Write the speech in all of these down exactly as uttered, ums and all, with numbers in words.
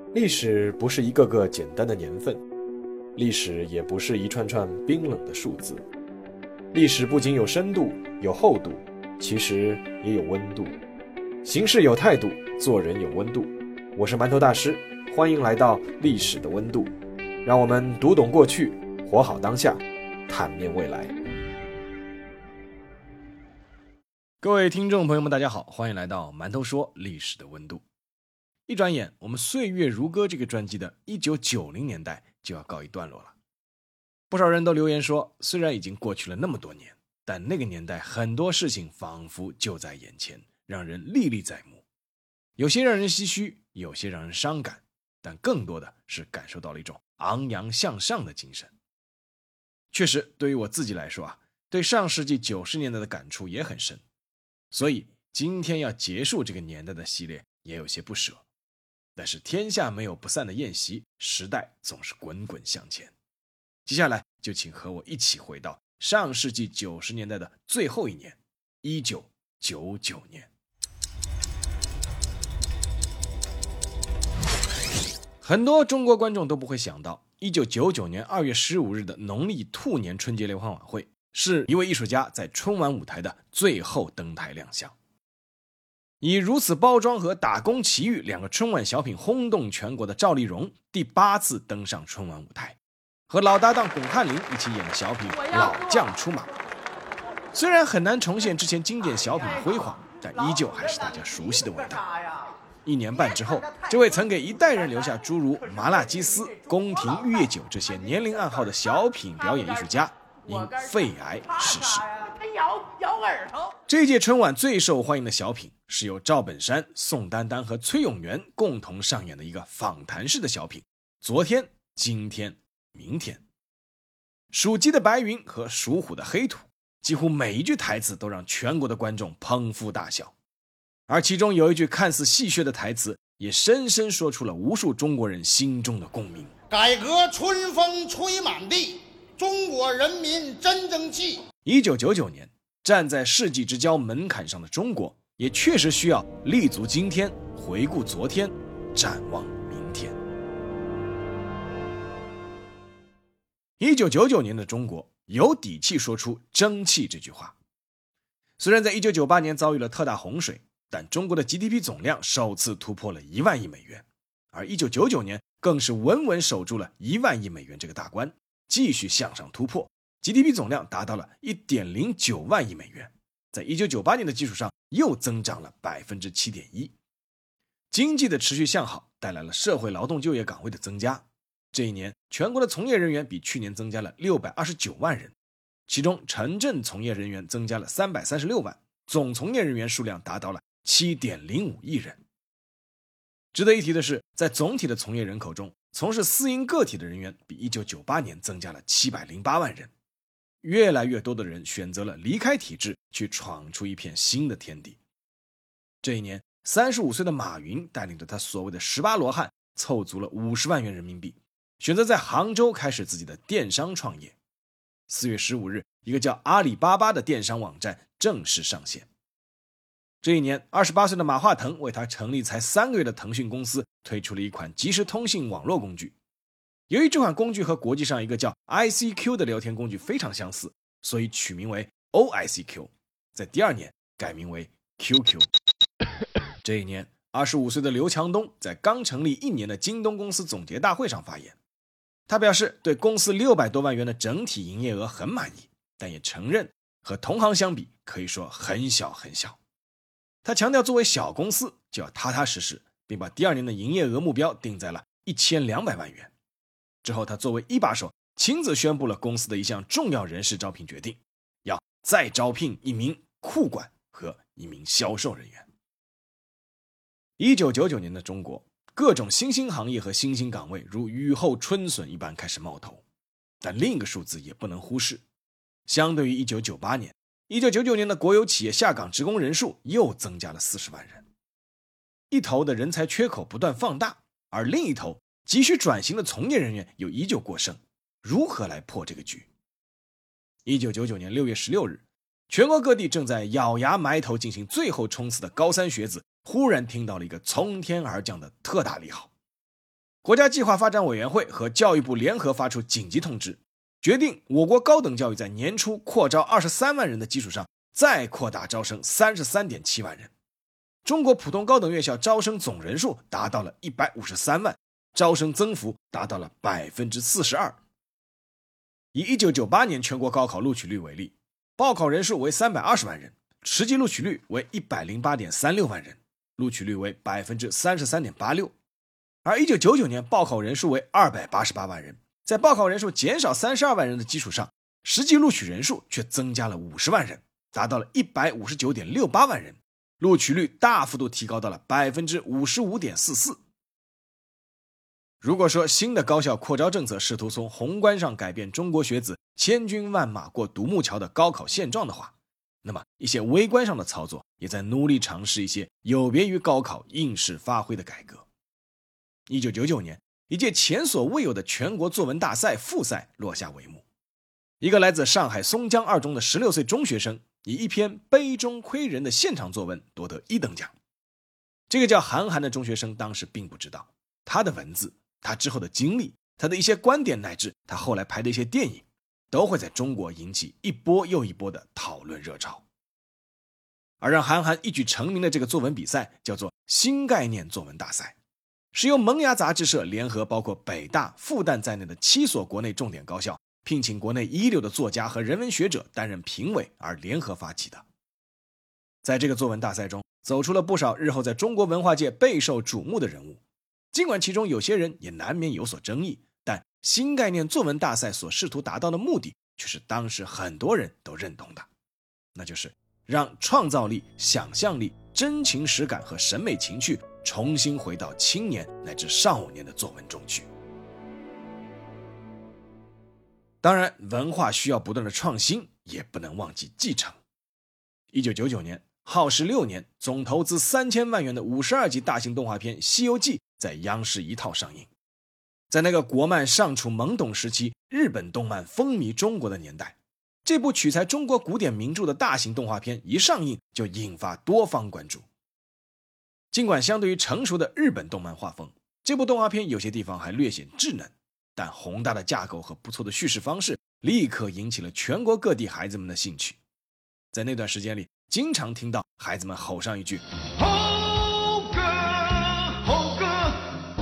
历史不是一个个简单的年份，历史也不是一串串冰冷的数字。历史不仅有深度有厚度，其实也有温度。行事有态度，做人有温度。我是馒头大师，欢迎来到历史的温度，让我们读懂过去，活好当下，坦面未来。 各位听众朋友们大家好，欢迎来到馒头说历史的温度。一转眼，我们岁月如歌这个专辑的一九九零年代就要告一段落了。不少人都留言说，虽然已经过去了那么多年，但那个年代很多事情仿佛就在眼前，让人历历在目。有些让人唏嘘，有些让人伤感，但更多的是感受到了一种昂扬向上的精神。确实，对于我自己来说啊，对上世纪九十年代的感触也很深，所以今天要结束这个年代的系列也有些不舍。但是天下没有不散的宴席，时代总是滚滚向前。接下来就请和我一起回到上世纪九十年代的最后一年，一九九九年。很多中国观众都不会想到，一九九九年二月十五日的农历兔年春节联欢晚会，是一位艺术家在春晚舞台的最后登台亮相。以如此包装和打工奇遇两个春晚小品轰动全国的赵丽蓉，第八次登上春晚舞台，和老搭档巩汉林一起演的小品《老将出马》。虽然很难重现之前经典小品的辉煌，但依旧还是大家熟悉的味道。一年半之后，这位曾给一代人留下诸如麻辣鸡丝、宫廷御夜酒这些年龄暗号的小品表演艺术家，因肺癌逝世。这届春晚最受欢迎的小品是由赵本山、宋丹丹和崔永元共同上演的一个访谈式的小品《昨天、今天、明天》。属鸡的白云和属虎的黑土，几乎每一句台词都让全国的观众捧腹大笑。而其中有一句看似戏谑的台词，也深深说出了无数中国人心中的共鸣： 改革春风吹满地，中国人民真争气。 一九九九年，站在世纪之交门槛上的中国，也确实需要立足今天，回顾昨天，展望明天。一九九九年的中国有底气说出争气这句话。虽然在一九九八年遭遇了特大洪水，但中国的 G D P 总量首次突破了一万亿美元，而一九九九年更是稳稳守住了一万亿美元这个大关，继续向上突破， G D P 总量达到了 一点零九万亿美元，在一九九八年的基础上又增长了 百分之七点一。 经济的持续向好带来了社会劳动就业岗位的增加，这一年全国的从业人员比去年增加了六百二十九万人，其中城镇从业人员增加了三百三十六万，总从业人员数量达到了 七点零五亿人。值得一提的是，在总体的从业人口中，从事私营个体的人员比一九九八年增加了七百零八万人，越来越多的人选择了离开体制，去闯出一片新的天地。这一年，三十五岁的马云带领着他所谓的十八罗汉，凑足了五十万元人民币，选择在杭州开始自己的电商创业。四月十五日，一个叫阿里巴巴的电商网站正式上线。这一年，二十八岁的马化腾为他成立才三个月的腾讯公司推出了一款即时通信网络工具。由于这款工具和国际上一个叫 I C Q 的聊天工具非常相似，所以取名为 O I C Q， 在第二年改名为 Q Q。 这一年，二十五岁的刘强东在刚成立一年的京东公司总结大会上发言，他表示对公司六百多万元的整体营业额很满意，但也承认和同行相比可以说很小很小。他强调作为小公司就要踏踏实实，并把第二年的营业额目标定在了一千两百万元。之后他作为一把手亲自宣布了公司的一项重要人事招聘决定，要再招聘一名库管和一名销售人员。一九九九年的中国，各种新兴行业和新兴岗位如雨后春笋一般开始冒头，但另一个数字也不能忽视，相对于一九九八年，一九九九年的国有企业下岗职工人数又增加了四十万人。一头的人才缺口不断放大，而另一头急需转型的从业人员又依旧过剩，如何来破这个局？一九九九年六月十六日，全国各地正在咬牙埋头进行最后冲刺的高三学子忽然听到了一个从天而降的特大利好， 国家计划发展委员会和教育部联合发出紧急通知，决定我国高等教育在年初扩招二十三万人的基础上，再扩大招生 三十三点七万人。中国普通高等院校招生总人数达到了一百五十三万，招生增幅达到了 百分之四十二。 以一九九八年全国高考录取率为例，报考人数为三百二十万人，实际录取率为 一百零八点三六万人，录取率为 百分之三十三点八六。而一九九九年报考人数为二百八十八万人，在报考人数减少三十二万人的基础上，实际录取人数却增加了五十万人，达到了 一百五十九点六八万人，录取率大幅度提高到了 百分之五十五点四四。如果说新的高校扩招政策试图从宏观上改变中国学子千军万马过独木桥的高考现状的话，那么一些微观上的操作也在努力尝试一些有别于高考应试发挥的改革。一九九九年，一届前所未有的全国作文大赛复赛落下帷幕。一个来自上海松江二中的十六岁中学生，以一篇杯中窥人的现场作文夺得一等奖。这个叫韩寒的中学生当时并不知道，他的文字，他之后的经历，他的一些观点，乃至他后来拍的一些电影，都会在中国引起一波又一波的讨论热潮。而让韩寒一举成名的这个作文比赛叫做新概念作文大赛，是由萌芽杂志社联合包括北大、复旦在内的七所国内重点高校，聘请国内一流的作家和人文学者担任评委而联合发起的。在这个作文大赛中，走出了不少日后在中国文化界备受瞩目的人物。尽管其中有些人也难免有所争议，但新概念作文大赛所试图达到的目的却是当时很多人都认同的，那就是让创造力、想象力、真情实感和审美情趣重新回到青年乃至少年的作文中去。当然，文化需要不断的创新，也不能忘记继承。一九九九年，耗时六年，总投资三千万元的五十二集大型动画片《西游记》在央视一套上映。在那个国漫尚处懵懂时期，日本动漫风靡中国的年代，这部取材中国古典名著的大型动画片一上映就引发多方关注。尽管相对于成熟的日本动漫画风，这部动画片有些地方还略显稚嫩，但宏大的架构和不错的叙事方式立刻引起了全国各地孩子们的兴趣。在那段时间里，经常听到孩子们吼上一句猴哥猴哥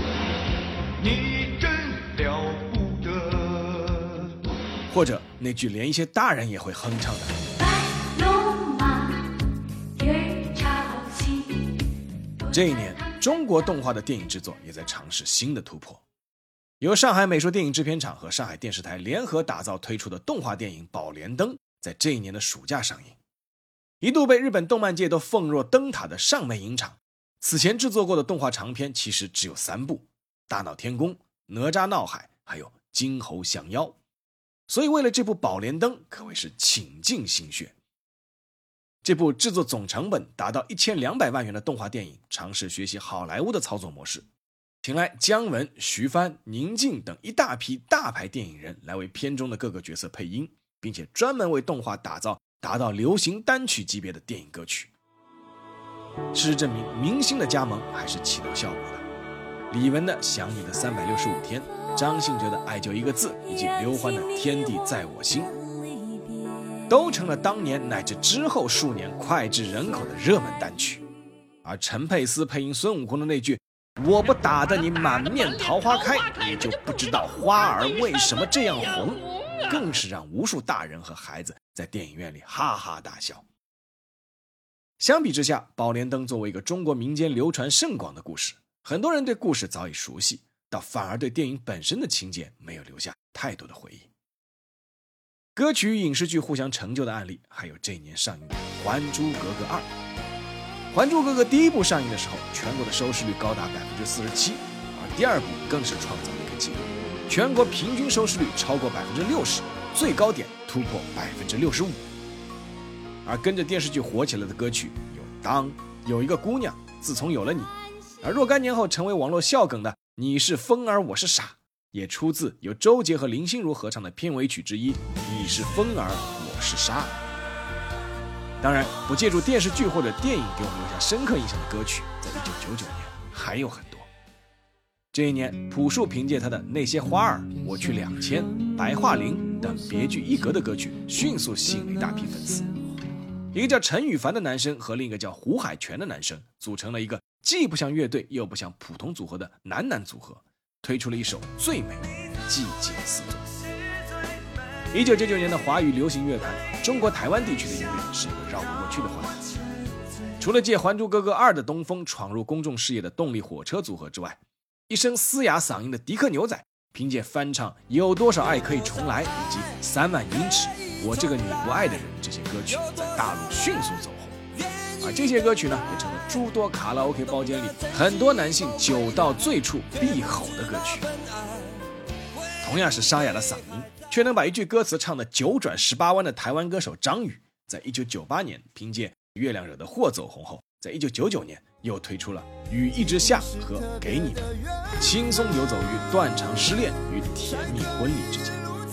你真了不得，或者那句连一些大人也会哼唱的白龙马月潮汐。这一年，中国动画的电影制作也在尝试新的突破。由上海美术电影制片厂和上海电视台联合打造推出的动画电影《宝莲灯》在这一年的暑假上映。一度被日本动漫界都奉若灯塔的上美影厂，此前制作过的动画长片其实只有三部：《大闹天宫》、《哪吒闹海》还有《金猴降妖》。所以为了这部《宝莲灯》可谓是倾尽心血。这部制作总成本达到一千两百万元的动画电影尝试学习好莱坞的操作模式，请来姜文、徐帆、宁静等一大批大牌电影人来为片中的各个角色配音，并且专门为动画打造达到流行单曲级别的电影歌曲。事实证明，明星的加盟还是起到效果的。李玟的《想你的三百六十五天》，张信哲的《爱就一个字》，以及刘欢的《天地在我心》，都成了当年乃至之后数年脍炙人口的热门单曲。而陈佩斯配音孙悟空的那句我不打得你满面桃花开，你就不知道花儿为什么这样红，更是让无数大人和孩子在电影院里哈哈大笑。相比之下，《宝莲灯》作为一个中国民间流传甚广的故事，很多人对故事早已熟悉，倒反而对电影本身的情节没有留下太多的回忆。歌曲与影视剧互相成就的案例，还有这一年上映的《还珠格格二》。《还珠格格》第一部上映的时候，全国的收视率高达 百分之四十七， 而第二部更是创造了一个纪录，全国平均收视率超过 百分之六十， 最高点突破 百分之六十五。而跟着电视剧火起来的歌曲有《当》、有一个姑娘、自从有了你，而若干年后成为网络笑梗的《你是风儿我是傻》，也出自由周杰和林心如合唱的片尾曲之一《你是风儿我是沙》。当然，不借助电视剧或者电影给我们留下深刻印象的歌曲，在一九九九年还有很多。 这一年，朴树凭借他的《那些花儿》《我去两千》《白桦林》等别具一格的歌曲，迅速吸引了一大批粉丝。一个叫陈羽凡的男生和另一个叫胡海泉的男生组成了一个既不像乐队又不像普通组合的男男组合，推出了一首《最美》，季节四作。一九九九年的华语流行乐坛，中国台湾地区的音乐是一个绕不过去的话题。除了借《还珠格格二》的东风闯入公众视野的动力火车组合之外，一声嘶哑嗓音的迪克牛仔凭借翻唱《有多少爱可以重来》以及《三万英尺》《我这个你不爱的人》这些歌曲在大陆迅速走红，而这些歌曲呢，也成了诸多卡拉 OK 包间里很多男性酒到醉处必吼的歌曲。同样是沙哑的嗓音，却能把一句歌词唱得九转十八弯的台湾歌手张宇，在一九九八年凭借《月亮惹的祸》走红后，在一九九九年又推出了《雨一直下》和《给你的》，轻松游走于断肠失恋与甜蜜婚礼之间。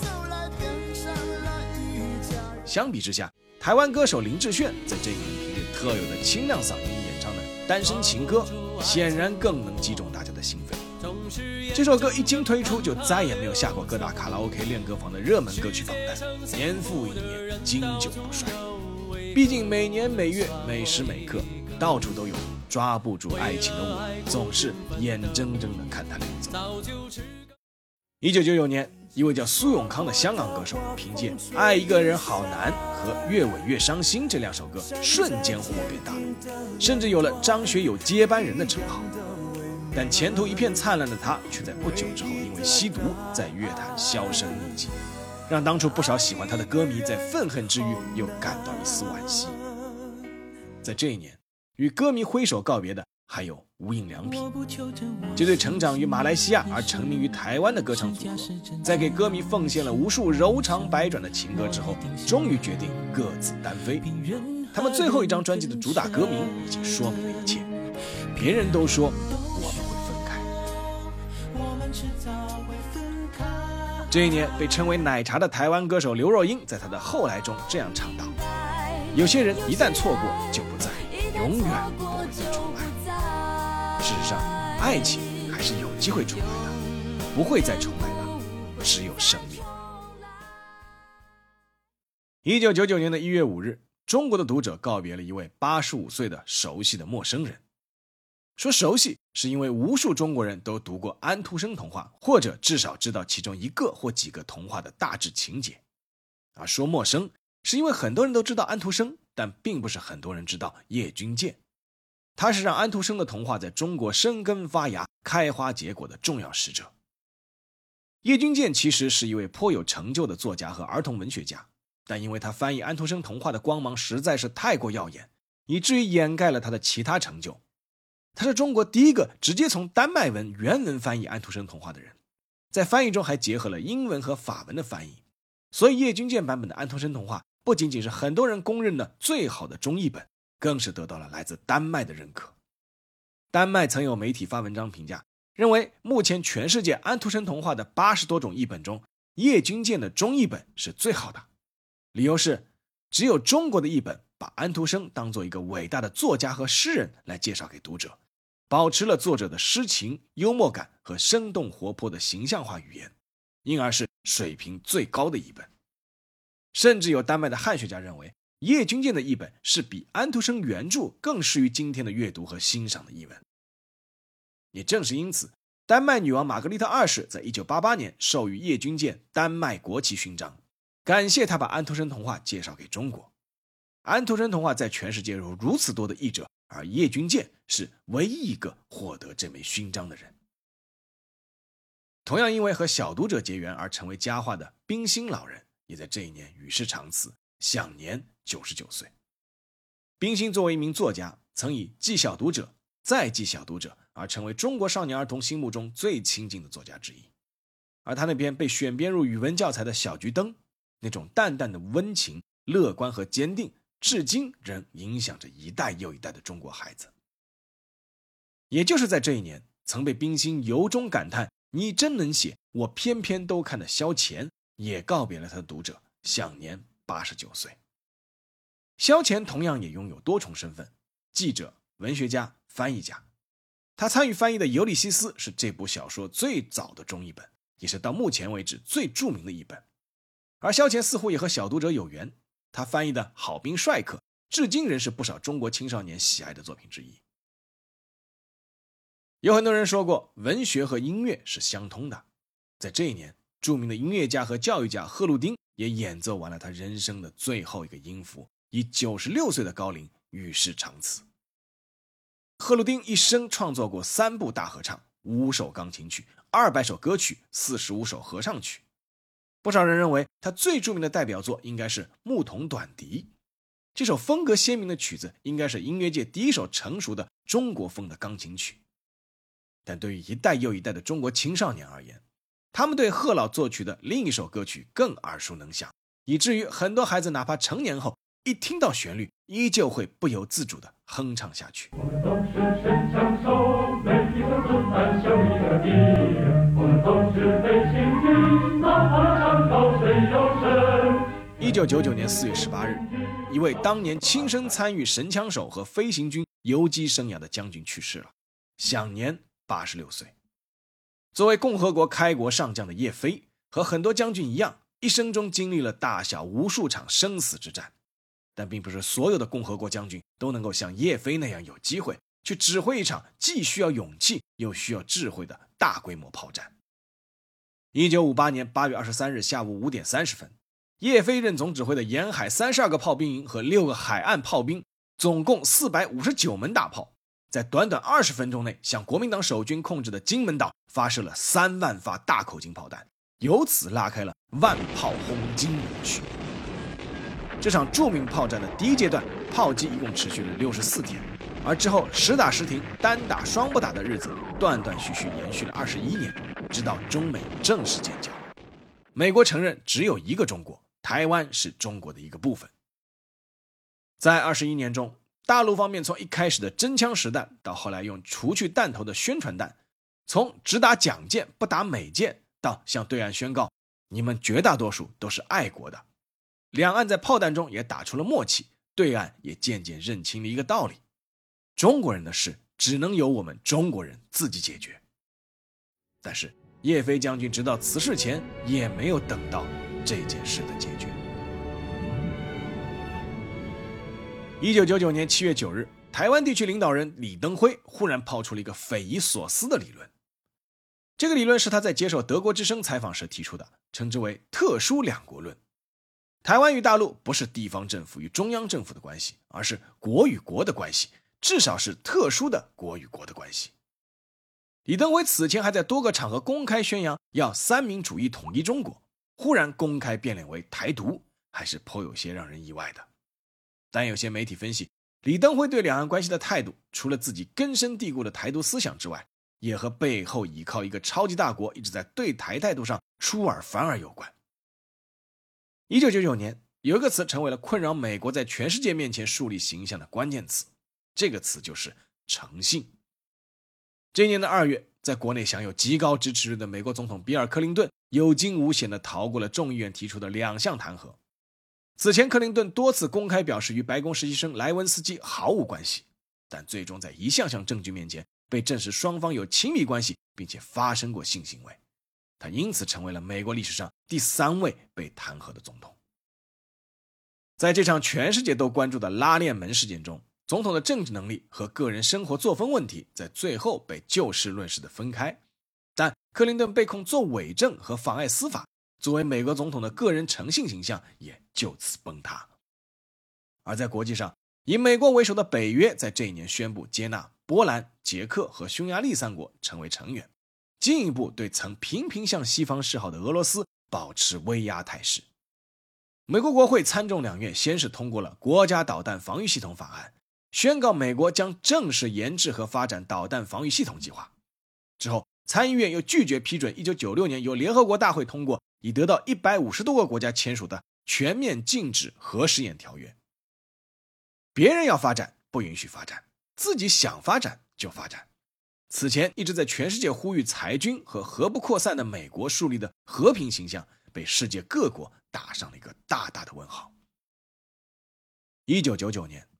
相比之下，台湾歌手林志炫在这一年凭借特有的清亮嗓音演唱的《单身情歌》，显然更能击中大家的心扉。这首歌一经推出，就再也没有下过各大卡拉 OK 练歌房的热门歌曲榜单，年复一年，经久不衰。毕竟每年每月每时每刻，到处都有抓不住爱情的我，总是眼睁睁地看它流走。一九九九年，一位叫苏永康的香港歌手，凭借《爱一个人好难》和《越吻越伤心》这两首歌，瞬间火遍大陆，甚至有了张学友接班人的称号。但前途一片灿烂的他，却在不久之后因为吸毒在乐坛销声匿迹，让当初不少喜欢他的歌迷在愤恨之余又感到一丝惋惜。在这一年，与歌迷挥手告别的还有无印良品，这对成长于马来西亚而成名于台湾的歌唱组合，在给歌迷奉献了无数柔肠百转的情歌之后，终于决定各自单飞。他们最后一张专辑的主打歌名已经说明了一切，别人都说我们会分开。这一年，被称为奶茶的台湾歌手刘若英在她的后来中这样唱道：有些人一旦错过就不在，永远不会再重来。事实上，爱情还是有机会重来的，不会再重来的只有生命。一九九九年的一月五日，中国的读者告别了一位八十五岁的熟悉的陌生人。说熟悉，是因为无数中国人都读过安徒生童话，或者至少知道其中一个或几个童话的大致情节。而说陌生，是因为很多人都知道安徒生，但并不是很多人知道叶君健。他是让安徒生的童话在中国生根发芽、开花结果的重要使者。叶君健其实是一位颇有成就的作家和儿童文学家，但因为他翻译安徒生童话的光芒实在是太过耀眼，以至于掩盖了他的其他成就。他是中国第一个直接从丹麦文原文翻译安徒生童话的人，在翻译中还结合了英文和法文的翻译，所以叶君健版本的安徒生童话不仅仅是很多人公认的最好的中译本，更是得到了来自丹麦的认可。丹麦曾有媒体发文章评价，认为目前全世界安徒生童话的八十多种译本中，叶君健的中译本是最好的。理由是，只有中国的译本把安徒生当作一个伟大的作家和诗人来介绍给读者，保持了作者的诗情、幽默感和生动活泼的形象化语言，因而是水平最高的译本。甚至有丹麦的汉学家认为，叶君健的译本是比安徒生原著更适于今天的阅读和欣赏的译文。也正是因此，丹麦女王玛格丽特二世在一九八八年授予叶君健丹麦国旗勋章，感谢他把安徒生童话介绍给中国。安徒生童话在全世界有如此多的译者，而叶君健是唯一一个获得这枚勋章的人。同样因为和小读者结缘而成为佳话的冰心老人，也在这一年与世长辞，享年九十九岁。冰心作为一名作家，曾以继小读者再继小读者而成为中国少年儿童心目中最亲近的作家之一。而他那篇被选编入语文教材的小桔灯，那种淡淡的温情、乐观和坚定，至今仍影响着一代又一代的中国孩子。也就是在这一年，曾被冰心由衷感叹你真能写，我偏偏都看的萧乾也告别了他的读者，享年八十九岁。萧乾同样也拥有多重身份，记者、文学家、翻译家。 他参与翻译的《尤利西斯》是这部小说最早的中译本，也是到目前为止最著名的一本。而萧乾似乎也和小读者有缘，他翻译的《好兵帅克》至今仍是不少中国青少年喜爱的作品之一。有很多人说过，文学和音乐是相通的。在这一年，著名的音乐家和教育家赫鲁丁也演奏完了他人生的最后一个音符，以九十六岁的高龄与世长辞。赫鲁丁一生创作过三部大合唱、五首钢琴曲、二百首歌曲、四十五首合唱曲。不少人认为他最著名的代表作应该是《牧童短笛》。这首风格鲜明的曲子应该是音乐界第一首成熟的中国风的钢琴曲。但对于一代又一代的中国青少年而言，他们对贺老作曲的另一首歌曲更耳熟能详，以至于很多孩子哪怕成年后一听到旋律，依旧会不由自主地哼唱下去。 我们都是神枪手，每一个子弹像一个敌，我们都是被情敌，哪怕山高水又深。 一九九九年四月十八日，一位当年亲身参与神枪手和飞行军游击生涯的将军去世了，享年八十六岁。作为共和国开国上将的叶飞，和很多将军一样，一生中经历了大小无数场生死之战。但并不是所有的共和国将军都能够像叶飞那样有机会去指挥一场既需要勇气又需要智慧的大规模炮战。一九五八年八月二十三日下午五点三十分，叶飞任总指挥的沿海三十二个炮兵营和六个海岸炮兵，总共四百五十九门大炮，在短短二十分钟内向国民党守军控制的金门岛发射了三万发大口径炮弹，由此拉开了万炮轰金门的序幕。这场著名炮战的第一阶段炮击一共持续了六十四天，而之后时打时停、单打双不打的日子断断续续延续了二十一年，直到中美正式建交。美国承认只有一个中国，台湾是中国的一个部分。在二十一年中，大陆方面从一开始的真枪实弹，到后来用除去弹头的宣传弹，从只打蒋舰不打美舰，到向对岸宣告你们绝大多数都是爱国的。两岸在炮弹中也打出了默契，对岸也渐渐认清了一个道理：中国人的事只能由我们中国人自己解决。但是叶飞将军直到辞世前也没有等到这件事的解决。一九九九年七月九日，台湾地区领导人李登辉忽然抛出了一个匪夷所思的理论。这个理论是他在接受德国之声采访时提出的，称之为特殊两国论。台湾与大陆不是地方政府与中央政府的关系，而是国与国的关系，至少是特殊的国与国的关系。李登辉此前还在多个场合公开宣扬要三民主义统一中国，忽然公开变脸为台独，还是颇有些让人意外的。但有些媒体分析，李登辉对两岸关系的态度，除了自己根深蒂固的台独思想之外，也和背后倚靠一个超级大国一直在对台态度上出尔反尔有关。一九九九年，有一个词成为了困扰美国在全世界面前树立形象的关键词，这个词就是诚信。这一年的二月，在国内享有极高支持率的美国总统比尔·克林顿有惊无险地逃过了众议院提出的两项弹劾。此前克林顿多次公开表示与白宫实习生莱文斯基毫无关系，但最终在一项项证据面前被证实双方有亲密关系，并且发生过性行为。他因此成为了美国历史上第三位被弹劾的总统。在这场全世界都关注的拉链门事件中，总统的政治能力和个人生活作风问题在最后被就事论事的分开，但克林顿被控作伪证和妨碍司法，作为美国总统的个人诚信形象也就此崩塌。而在国际上，以美国为首的北约在这一年宣布接纳波兰、捷克和匈牙利三国成为成员，进一步对曾频频向西方示好的俄罗斯保持威压态势。美国国会参众两院先是通过了国家导弹防御系统法案，宣告美国将正式研制和发展导弹防御系统计划。之后参议院又拒绝批准一九九六年由联合国大会通过，已得到一百五十多个国家签署的全面禁止核试验条约。别人要发展不允许发展，自己想发展就发展。此前一直在全世界呼吁裁军和核不扩散的美国树立的和平形象，被世界各国打上了一个大大的问号。一九九九年，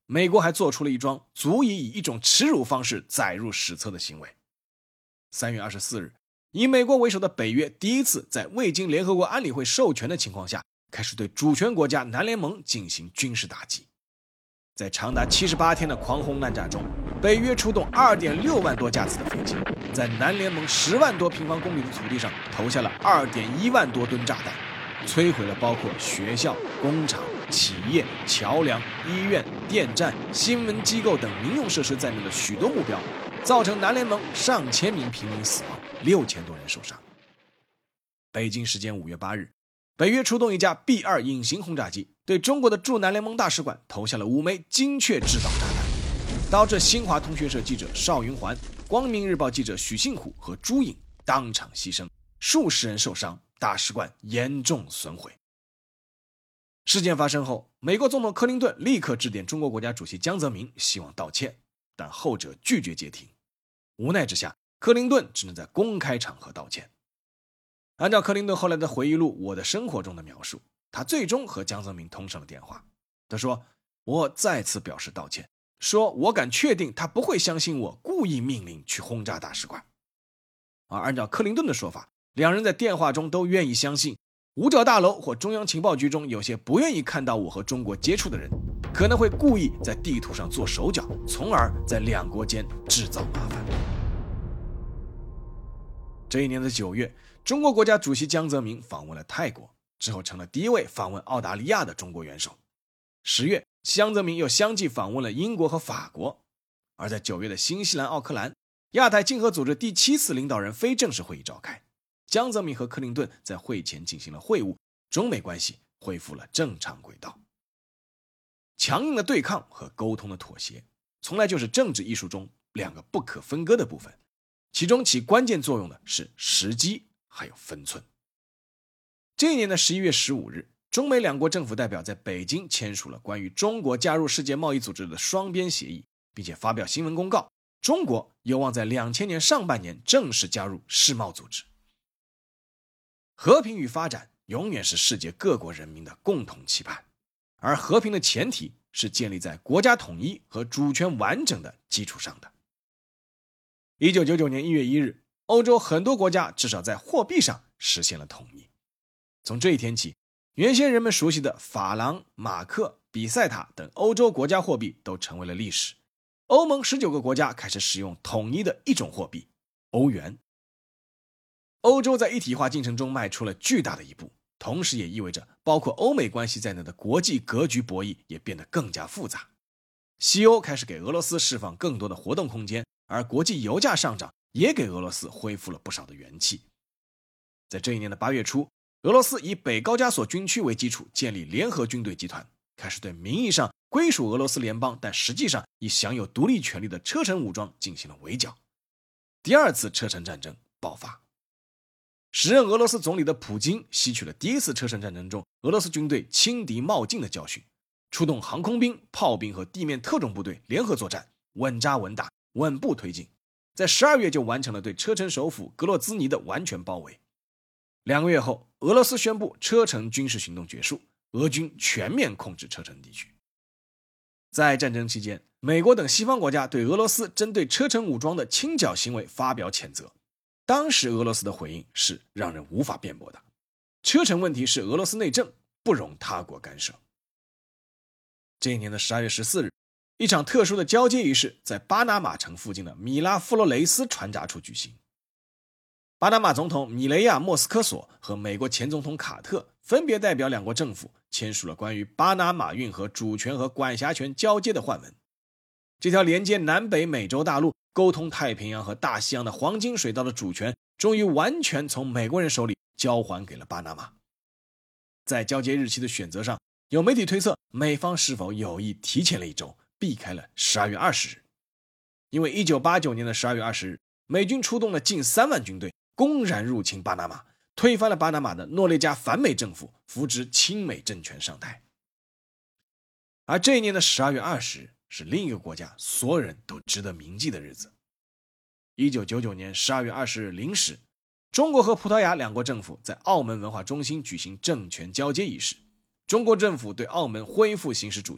美国还做出了一桩足以以一种耻辱方式载入史册的行为。三月二十四日，以美国为首的北约第一次在未经联合国安理会授权的情况下，开始对主权国家南联盟进行军事打击。在长达七十八天的狂轰滥炸中，北约出动 二点六万多架次的飞机，在南联盟十万多平方公里的土地上投下了 二点一万多吨炸弹，摧毁了包括学校、工厂、企业、桥梁、医院、电站、新闻机构等民用设施在内的许多目标，造成南联盟上千名平民死亡，六千多人受伤。北京时间五月八日，北约出动一架 B 二 隐形轰炸机，对中国的驻南联盟大使馆投下了五枚精确制导炸弹，导致新华通讯社记者邵云环、光明日报记者许信虎和朱颖当场牺牲，数十人受伤，大使馆严重损毁。事件发生后，美国总统克林顿立刻致电中国国家主席江泽民，希望道歉，但后者拒绝接听。无奈之下，克林顿只能在公开场合道歉。按照克林顿后来的回忆录《我的生活》中的描述，他最终和江泽民通上了电话。他说：“我再次表示道歉，说我敢确定他不会相信我故意命令去轰炸大使馆。”而按照克林顿的说法，两人在电话中都愿意相信五角大楼或中央情报局中有些不愿意看到我和中国接触的人，可能会故意在地图上做手脚，从而在两国间制造麻烦。这一年的九月，中国国家主席江泽民访问了泰国，之后成了第一位访问澳大利亚的中国元首。十月，江泽民又相继访问了英国和法国。而在九月的新西兰奥克兰，亚太经合组织第七次领导人非正式会议召开，江泽民和克林顿在会前进行了会晤，中美关系恢复了正常轨道。强硬的对抗和沟通的妥协，从来就是政治艺术中两个不可分割的部分，其中起关键作用的是时机还有分寸。这一年的十一月十五日，中美两国政府代表在北京签署了关于中国加入世界贸易组织的双边协议，并且发表新闻公告，中国有望在两千年上半年正式加入世贸组织。和平与发展永远是世界各国人民的共同期盼，而和平的前提是建立在国家统一和主权完整的基础上的。一九九九年一月一日，欧洲很多国家至少在货币上实现了统一。从这一天起，原先人们熟悉的法郎、马克、比塞塔等欧洲国家货币都成为了历史。欧盟十九个国家开始使用统一的一种货币——欧元。欧洲在一体化进程中迈出了巨大的一步，同时也意味着包括欧美关系在内的国际格局博弈也变得更加复杂。西欧开始给俄罗斯释放更多的活动空间，而国际油价上涨也给俄罗斯恢复了不少的元气。在这一年的八月初，俄罗斯以北高加索军区为基础建立联合军队集团，开始对名义上归属俄罗斯联邦但实际上已享有独立权利的车臣武装进行了围剿。第二次车臣战争爆发，时任俄罗斯总理的普京吸取了第一次车臣战争中俄罗斯军队轻敌冒进的教训，出动航空兵、炮兵和地面特种部队联合作战，稳扎稳打，稳步推进，在十二月就完成了对车臣首府格洛兹尼的完全包围。两个月后，俄罗斯宣布车臣军事行动结束，俄军全面控制车臣地区。在战争期间，美国等西方国家对俄罗斯针对车臣武装的清剿行为发表谴责。当时俄罗斯的回应是让人无法辩驳的，车臣问题是俄罗斯内政，不容他国干涉。这一年的十二月十四日，一场特殊的交接仪式在巴拿马城附近的米拉弗罗雷斯船闸处举行。巴拿马总统米雷亚·莫斯科索和美国前总统卡特分别代表两国政府签署了关于巴拿马运河主权和管辖权交接的换文。这条连接南北美洲大陆、沟通太平洋和大西洋的黄金水道的主权终于完全从美国人手里交还给了巴拿马。在交接日期的选择上，有媒体推测美方是否有意提前了一周，避开了十二月二十日。因为一九八九年的十二月二十日，美军出动了近三万军队，公然入侵巴拿马，推翻了巴拿马的诺列加反美政府，扶植亲美政权上台。而这一年的十二月二十日是另一个国家所有人都值得铭记的日子。一九九九年十二月二十日零时，中国和葡萄牙两国政府在澳门文化中心举行政权交接仪式。中国政府对澳门恢复行使主权，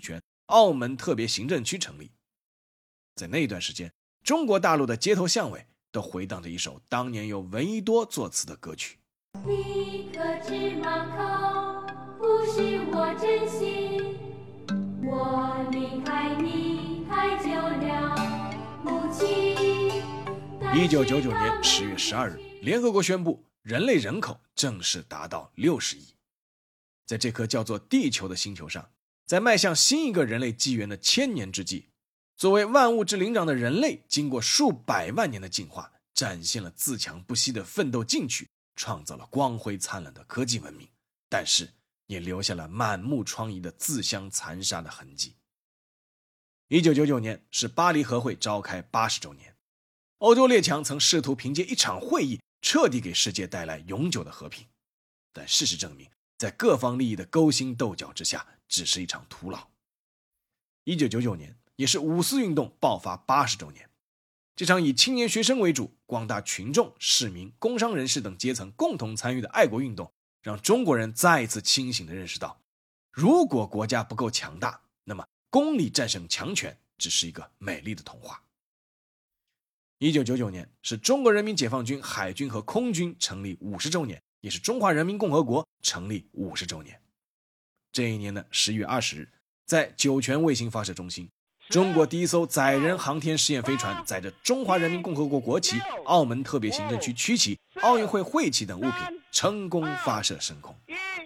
澳门特别行政区成立。在那段时间，中国大陆的街头巷尾都回荡着一首当年由闻一多作词的歌曲。 你可知马口不是我真心，我离开你太久了，母亲。 一九九九年十月十二日，联合国宣布人类人口正式达到六十亿。在这颗叫做地球的星球上，在迈向新一个人类纪元的千年之际，作为万物之灵长的人类，经过数百万年的进化，展现了自强不息的奋斗进取，创造了光辉灿烂的科技文明，但是也留下了满目疮痍的自相残杀的痕迹。一九九九年是巴黎和会召开八十周年，欧洲列强曾试图凭借一场会议彻底给世界带来永久的和平，但事实证明，在各方利益的勾心斗角之下，只是一场徒劳。一九九九年也是五四运动爆发八十周年，这场以青年学生为主，广大群众、市民、工商人士等阶层共同参与的爱国运动，让中国人再一次清醒地认识到，如果国家不够强大，那么公理战胜强权只是一个美丽的童话。一九九九年是中国人民解放军海军和空军成立五十周年，也是中华人民共和国成立五十周年。这一年的十一月二十日，在酒泉卫星发射中心，中国第一艘载人航天试验飞船载着中华人民共和国国旗、澳门特别行政区区旗、奥运会会旗等物品成功发射升空。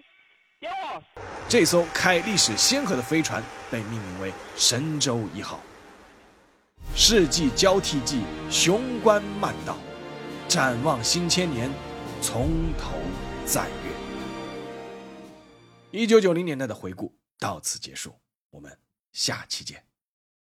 这艘开历史先河的飞船被命名为神舟一号。世纪交替季，雄关漫道，展望新千年，从头再阅。一九九零年代的回顾到此结束，我们下期见。